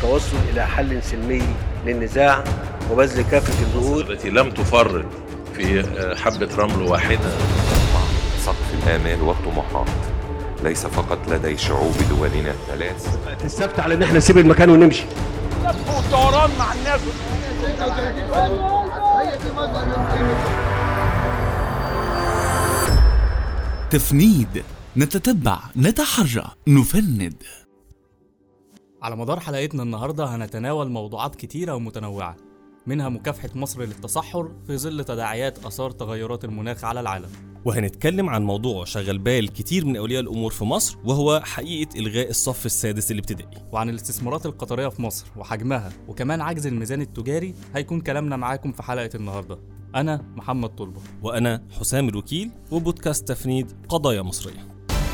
والتوصل إلى حل سلمي للنزاع وبذل كافة الجهود التي لم تفرط في حبة رمل واحدة. سقف الآمال والطموحات ليس فقط لدي شعوب دولنا الثلاث. السبت على ان احنا نسيب المكان ونمشي. طيران مع الناس. تفنيد، نتتبع، نتحرى، نفند. على مدار حلقتنا النهاردة هنتناول موضوعات كتيرة ومتنوعة، منها مكافحة مصر للتصحر في ظل تداعيات آثار تغيرات المناخ على العالم. وهنتكلم عن موضوع شغل بال كتير من أولياء الأمور في مصر، وهو حقيقة إلغاء الصف السادس الابتدائي. وعن الاستثمارات القطرية في مصر وحجمها، وكمان عجز الميزان التجاري، هيكون كلامنا معاكم في حلقة النهاردة. أنا محمد طلبة، وأنا حسام الوكيل، وبودكاست تفنيد قضايا مصرية.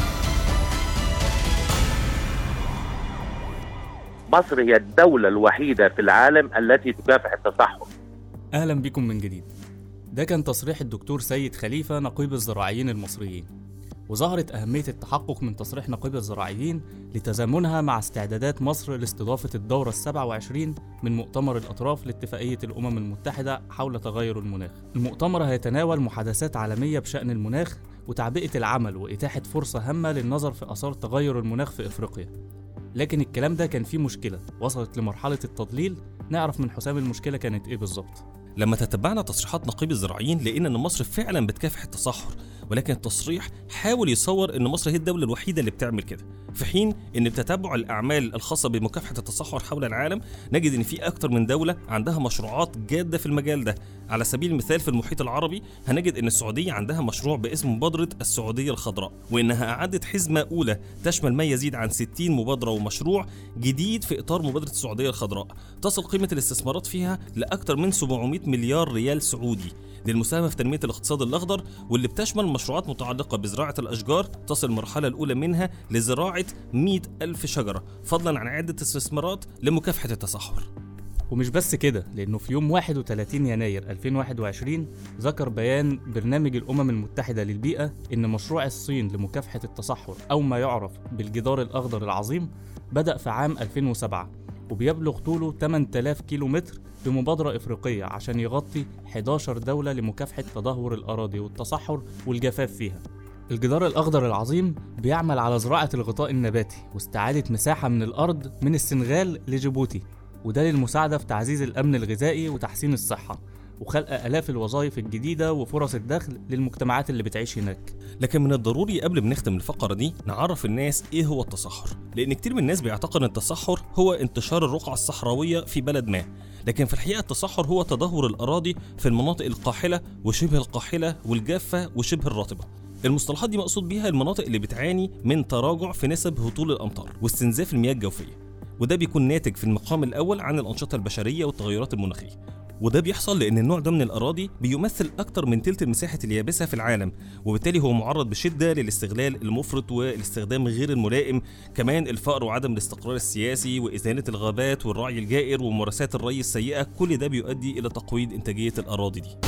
مصر هي الدولة الوحيدة في العالم التي تكافح التصحر. أهلا بكم من جديد. ده كان تصريح الدكتور سيد خليفة نقيب الزراعيين المصريين، وظهرت أهمية التحقق من تصريح نقيب الزراعيين لتزامنها مع استعدادات مصر لاستضافة الدورة 27 من مؤتمر الأطراف لاتفاقية الأمم المتحدة حول تغير المناخ. المؤتمر هيتناول محادثات عالمية بشأن المناخ وتعبئة العمل وإتاحة فرصة هامة للنظر في آثار تغير المناخ في إفريقيا. لكن الكلام ده كان فيه مشكلة وصلت لمرحلة التضليل. نعرف من حسام المشكلة كانت إيه بالظبط. لما تتبعنا تصريحات نقيب الزراعيين لقينا ان مصر فعلا بتكافح التصحر، ولكن التصريح حاول يصور ان مصر هي الدولة الوحيدة اللي بتعمل كده، في حين ان بتتبع الاعمال الخاصة بمكافحة التصحر حول العالم نجد ان في اكتر من دولة عندها مشروعات جادة في المجال ده. على سبيل المثال في المحيط العربي هنجد ان السعودية عندها مشروع باسم مبادرة السعودية الخضراء، وانها اعدت حزمة اولى تشمل ما يزيد عن 60 مبادرة ومشروع جديد في اطار مبادرة السعودية الخضراء، تصل قيمة الاستثمارات فيها لاكثر من 700 مليار ريال سعودي للمساهمة في تنمية الاقتصاد الأخضر، واللي بتشمل مشروعات متعلقة بزراعة الأشجار تصل المرحلة الأولى منها لزراعة 100,000 شجرة، فضلا عن عدة استثمارات لمكافحة التصحر. ومش بس كده، لأنه في يوم 31 يناير 2021 ذكر بيان برنامج الأمم المتحدة للبيئة إن مشروع الصين لمكافحة التصحر أو ما يعرف بالجدار الأخضر العظيم بدأ في عام 2007، وبيبلغ طوله 8000 كيلومتر بمبادرة إفريقية عشان يغطي 11 دولة لمكافحة تدهور الأراضي والتصحر والجفاف فيها. الجدار الأخضر العظيم بيعمل على زراعة الغطاء النباتي واستعادة مساحة من الأرض من السنغال لجيبوتي، وده للمساعدة في تعزيز الأمن الغذائي وتحسين الصحة وخلق آلاف الوظائف الجديدة وفرص الدخل للمجتمعات اللي بتعيش هناك. لكن من الضروري قبل ما نختم الفقرة دي نعرف الناس ايه هو التصحر، لأن كتير من الناس بيعتقد ان التصحر هو انتشار الرقعة الصحراوية في بلد ما، لكن في الحقيقة التصحر هو تدهور الأراضي في المناطق القاحلة وشبه القاحلة والجافة وشبه الرطبة. المصطلحات دي مقصود بيها المناطق اللي بتعاني من تراجع في نسب هطول الأمطار واستنزاف المياه الجوفية، وده بيكون ناتج في المقام الأول عن الأنشطة البشرية والتغيرات المناخية. وده بيحصل لأن النوع ده من الأراضي بيمثل أكتر من تلت المساحة اليابسة في العالم، وبالتالي هو معرض بشدة للاستغلال المفرط والاستخدام غير الملائم، كمان الفقر وعدم الاستقرار السياسي وإزالة الغابات والرعي الجائر وممارسات الري السيئة، كل ده بيؤدي إلى تقويض إنتاجية الأراضي دي.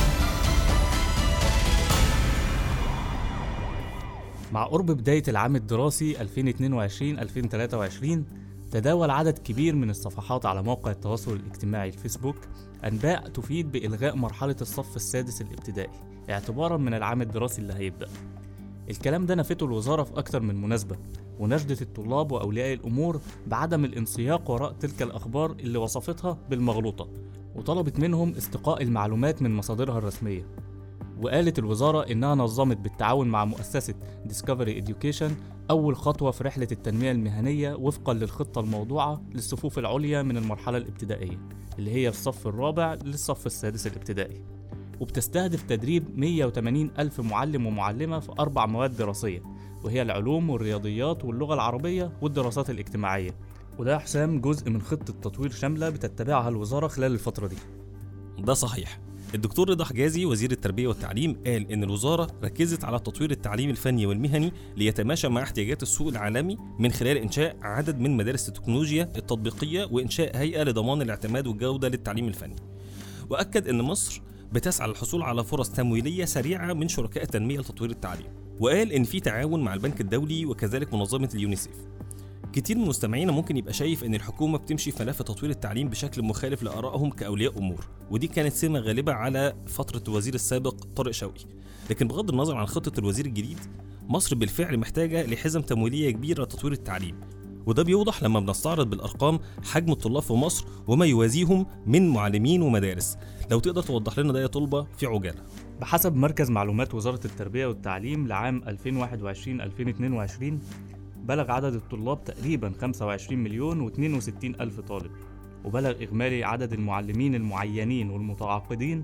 مع قرب بداية العام الدراسي 2022-2023 تداول عدد كبير من الصفحات على موقع التواصل الاجتماعي الفيسبوك أنباء تفيد بإلغاء مرحلة الصف السادس الابتدائي اعتبارا من العام الدراسي اللي هيبدأ. الكلام ده نفته الوزارة في أكتر من مناسبة، ونشدت الطلاب وأولياء الأمور بعدم الانسياق وراء تلك الأخبار اللي وصفتها بالمغلوطة، وطلبت منهم استقاء المعلومات من مصادرها الرسمية. وقالت الوزارة إنها نظمت بالتعاون مع مؤسسة Discovery Education أول خطوة في رحلة التنمية المهنية وفقا للخطة الموضوعة للصفوف العليا من المرحلة الابتدائية اللي هي الصف الرابع للصف السادس الابتدائي، وبتستهدف تدريب 180 ألف معلم ومعلمة في 4 مواد دراسية، وهي العلوم والرياضيات واللغة العربية والدراسات الاجتماعية. وده حسام جزء من خطة تطوير شاملة بتتبعها الوزارة خلال الفترة دي. ده صحيح. الدكتور رضا حجازي وزير التربية والتعليم قال إن الوزارة ركزت على تطوير التعليم الفني والمهني ليتماشى مع احتياجات السوق العالمي من خلال إنشاء عدد من مدارس التكنولوجيا التطبيقية وإنشاء هيئة لضمان الاعتماد والجودة للتعليم الفني. وأكد إن مصر بتسعى للحصول على فرص تمويلية سريعة من شركاء التنمية لتطوير التعليم، وقال إن في تعاون مع البنك الدولي وكذلك منظمة اليونيسيف. كتير من مستمعينا ممكن يبقى شايف ان الحكومه بتمشي في ملف تطوير التعليم بشكل مخالف لارائهم كاولياء امور، ودي كانت سمه غالبه على فتره الوزير السابق طارق شوقي. لكن بغض النظر عن خطه الوزير الجديد، مصر بالفعل محتاجه لحزم تمويليه كبيره لتطوير التعليم، وده بيوضح لما بنستعرض بالارقام حجم الطلاب في مصر وما يوازيهم من معلمين ومدارس. لو تقدر توضح لنا ده يا طلبه في عجاله. بحسب مركز معلومات وزارة التربية والتعليم لعام 2021-2022 بلغ عدد الطلاب تقريبا 25 مليون و62 ألف طالب، وبلغ إجمالي عدد المعلمين المعينين والمتعاقدين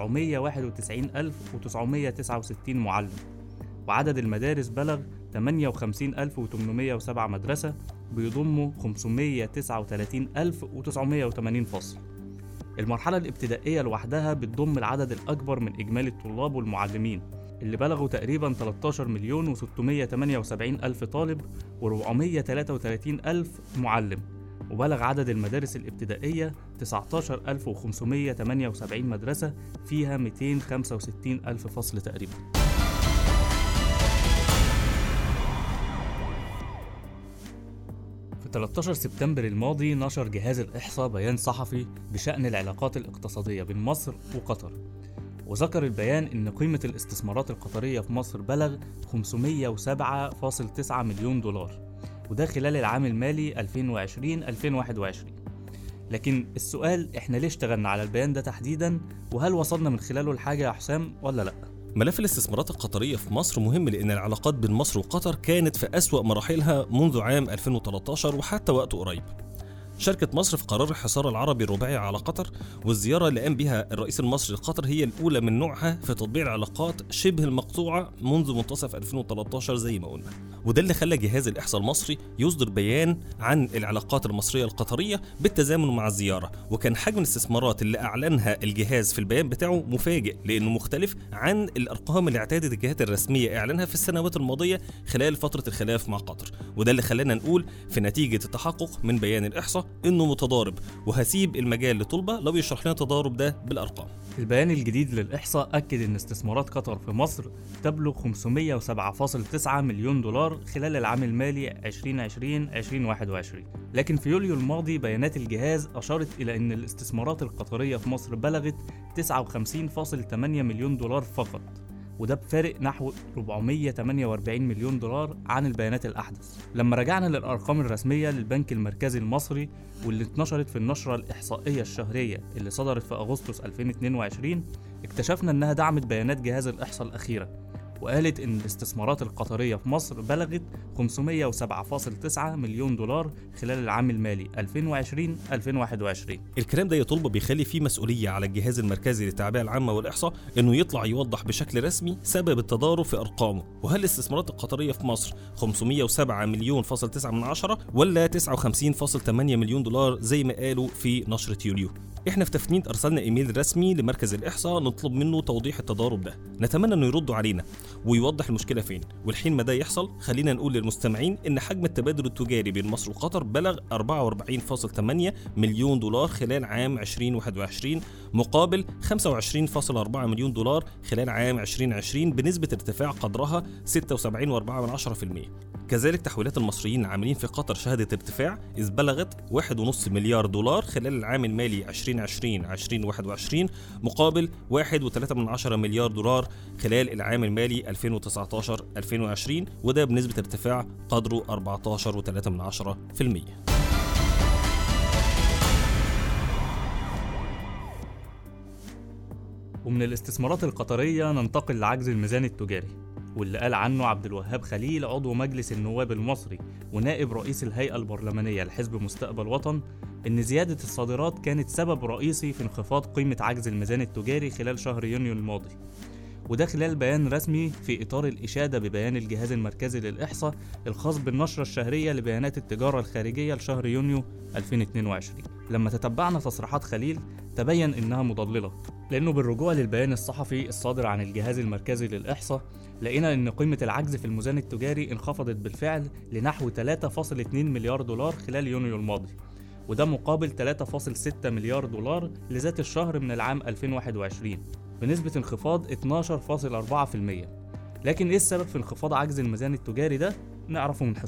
991,969 معلم، وعدد المدارس بلغ 58,807 مدرسة بيضموا 539,980 فصل. المرحلة الابتدائية لوحدها بتضم العدد الأكبر من إجمالي الطلاب والمعلمين اللي بلغوا تقريبا 13 مليون و678 ألف طالب و433 ألف معلم، وبلغ عدد المدارس الابتدائية 19,578 مدرسة فيها 265 ألف فصل تقريبا. في 13 سبتمبر الماضي نشر جهاز الإحصاء بيان صحفي بشأن العلاقات الاقتصادية بين مصر وقطر، وذكر البيان إن قيمة الاستثمارات القطرية في مصر بلغ 507.9 مليون دولار، وده خلال العام المالي 2020-2021. لكن السؤال، إحنا ليه اشتغلنا على البيان ده تحديداً؟ وهل وصلنا من خلاله لحاجة يا حسام ولا لأ؟ ملف الاستثمارات القطرية في مصر مهم لأن العلاقات بين مصر وقطر كانت في أسوأ مراحلها منذ عام 2013 وحتى وقت قريب. شاركت مصر في قرار الحصار العربي الرباعي على قطر، والزيارة اللي قام بها الرئيس المصري لقطر هي الأولى من نوعها في تطبيع العلاقات شبه المقطوعة منذ منتصف 2013 زي ما قلنا. وده اللي خلى جهاز الإحصاء المصري يصدر بيان عن العلاقات المصرية القطرية بالتزامن مع الزيارة، وكان حجم الاستثمارات اللي أعلنها الجهاز في البيان بتاعه مفاجئ لأنه مختلف عن الأرقام اللي اعتادت الجهات الرسمية إعلانها في السنوات الماضية خلال فترة الخلاف مع قطر. وده اللي خلانا نقول في نتيجة التحقق من بيان الإحصاء إنه متضارب، وهسيب المجال لطلبة لو يشرح لنا التضارب ده بالأرقام. البيان الجديد للإحصاء أكد إن استثمارات قطر في مصر تبلغ 507.9 مليون دولار خلال العام المالي 2020-2021. لكن في يوليو الماضي بيانات الجهاز أشارت إلى أن الاستثمارات القطرية في مصر بلغت 59.8 مليون دولار فقط، وده بفارق نحو 448 مليون دولار عن البيانات الأحدث. لما رجعنا للأرقام الرسمية للبنك المركزي المصري واللي اتنشرت في النشرة الإحصائية الشهرية اللي صدرت في أغسطس 2022، اكتشفنا أنها دعمت بيانات جهاز الإحصاء الأخيرة، وقالت إن الاستثمارات القطرية في مصر بلغت 507.9 مليون دولار خلال العام المالي 2020-2021. الكلام ده يا طلبة بيخلي فيه مسؤولية على الجهاز المركزي للتعبئة العامة والإحصاء إنه يطلع يوضح بشكل رسمي سبب التضارب في أرقامه، وهل الاستثمارات القطرية في مصر 507 مليون فاصل 9 من 10 ولا 59.8 مليون دولار زي ما قالوا في نشرة يوليو. احنا في تفنيد ارسلنا ايميل رسمي لمركز الاحصاء نطلب منه توضيح التضارب ده، نتمنى انه يردوا علينا ويوضح المشكله فين. والحين ما ده يحصل خلينا نقول للمستمعين ان حجم التبادل التجاري بين مصر وقطر بلغ 44.8 مليون دولار خلال عام 2021 مقابل 25.4 مليون دولار خلال عام 2020 بنسبه ارتفاع قدرها 76.4%. كذلك تحويلات المصريين العاملين في قطر شهدت ارتفاع إذ بلغت 1.5 مليار دولار خلال العام المالي 2020-2021 مقابل 1.3 مليار دولار خلال العام المالي 2019-2020، وده بنسبة ارتفاع قدره 14.3%. ومن الاستثمارات القطرية ننتقل لعجز الميزان التجاري، واللي قال عنه عبد الوهاب خليل عضو مجلس النواب المصري ونائب رئيس الهيئة البرلمانية لحزب مستقبل وطن إن زيادة الصادرات كانت سبب رئيسي في انخفاض قيمة عجز الميزان التجاري خلال شهر يونيو الماضي، وده خلال بيان رسمي في إطار الإشادة ببيان الجهاز المركزي للإحصاء الخاص بالنشرة الشهرية لبيانات التجارة الخارجية لشهر يونيو 2022. لما تتبعنا تصريحات خليل تبين إنها مضللة، لأنه بالرجوع للبيان الصحفي الصادر عن الجهاز المركزي للإحصاء لقينا إن قيمة العجز في الميزان التجاري انخفضت بالفعل لنحو 3.2 مليار دولار خلال يونيو الماضي، وده مقابل 3.6 مليار دولار لذات الشهر من العام 2021 بنسبة انخفاض 12.4%. لكن إيه السبب في انخفاض عجز الميزان التجاري ده؟ نعرفه من حسام.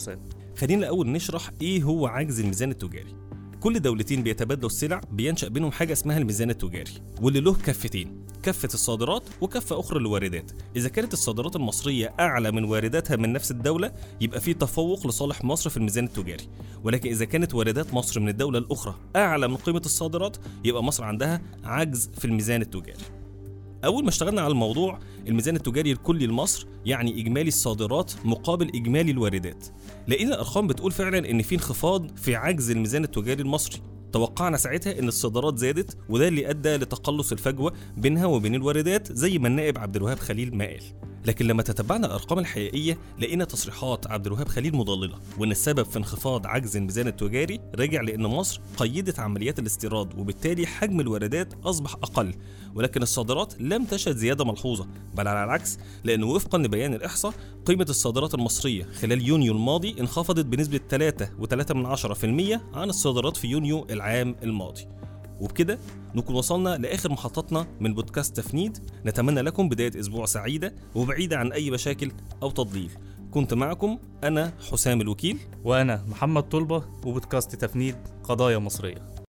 خلينا الأول نشرح إيه هو عجز الميزان التجاري. كل دولتين بيتبادلوا السلع بينشأ بينهم حاجة اسمها الميزان التجاري، واللي له كفتين، كفة الصادرات وكفة أخرى للواردات. إذا كانت الصادرات المصرية أعلى من وارداتها من نفس الدولة يبقى في تفوق لصالح مصر في الميزان التجاري، ولكن إذا كانت واردات مصر من الدولة الأخرى أعلى من قيمة الصادرات يبقى مصر عندها عجز في الميزان التجاري. أول ما اشتغلنا على الموضوع الميزان التجاري الكلي لمصر، يعني إجمالي الصادرات مقابل إجمالي الواردات، لقينا الأرقام بتقول فعلا إن في انخفاض في عجز الميزان التجاري المصري. توقعنا ساعتها إن الصادرات زادت، وده اللي أدى لتقلص الفجوة بينها وبين الواردات زي ما النائب عبد الوهاب خليل ما قال. لكن لما تتبعنا الأرقام الحقيقية لقينا تصريحات عبد الوهاب خليل مضللة، وإن السبب في انخفاض عجز الميزان التجاري راجع لأن مصر قيدت عمليات الاستيراد وبالتالي حجم الواردات أصبح أقل، ولكن الصادرات لم تشهد زيادة ملحوظة، بل على العكس، لأن وفقا لبيان الإحصاء قيمة الصادرات المصرية خلال يونيو الماضي انخفضت بنسبة 3.3% عن الصادرات في يونيو العام الماضي. وبكده نكون وصلنا لآخر محطتنا من بودكاست تفنيد. نتمنى لكم بداية أسبوع سعيدة وبعيدة عن أي مشاكل أو تضليل. كنت معكم أنا حسام الوكيل، وأنا محمد طلبة، وبودكاست تفنيد قضايا مصرية.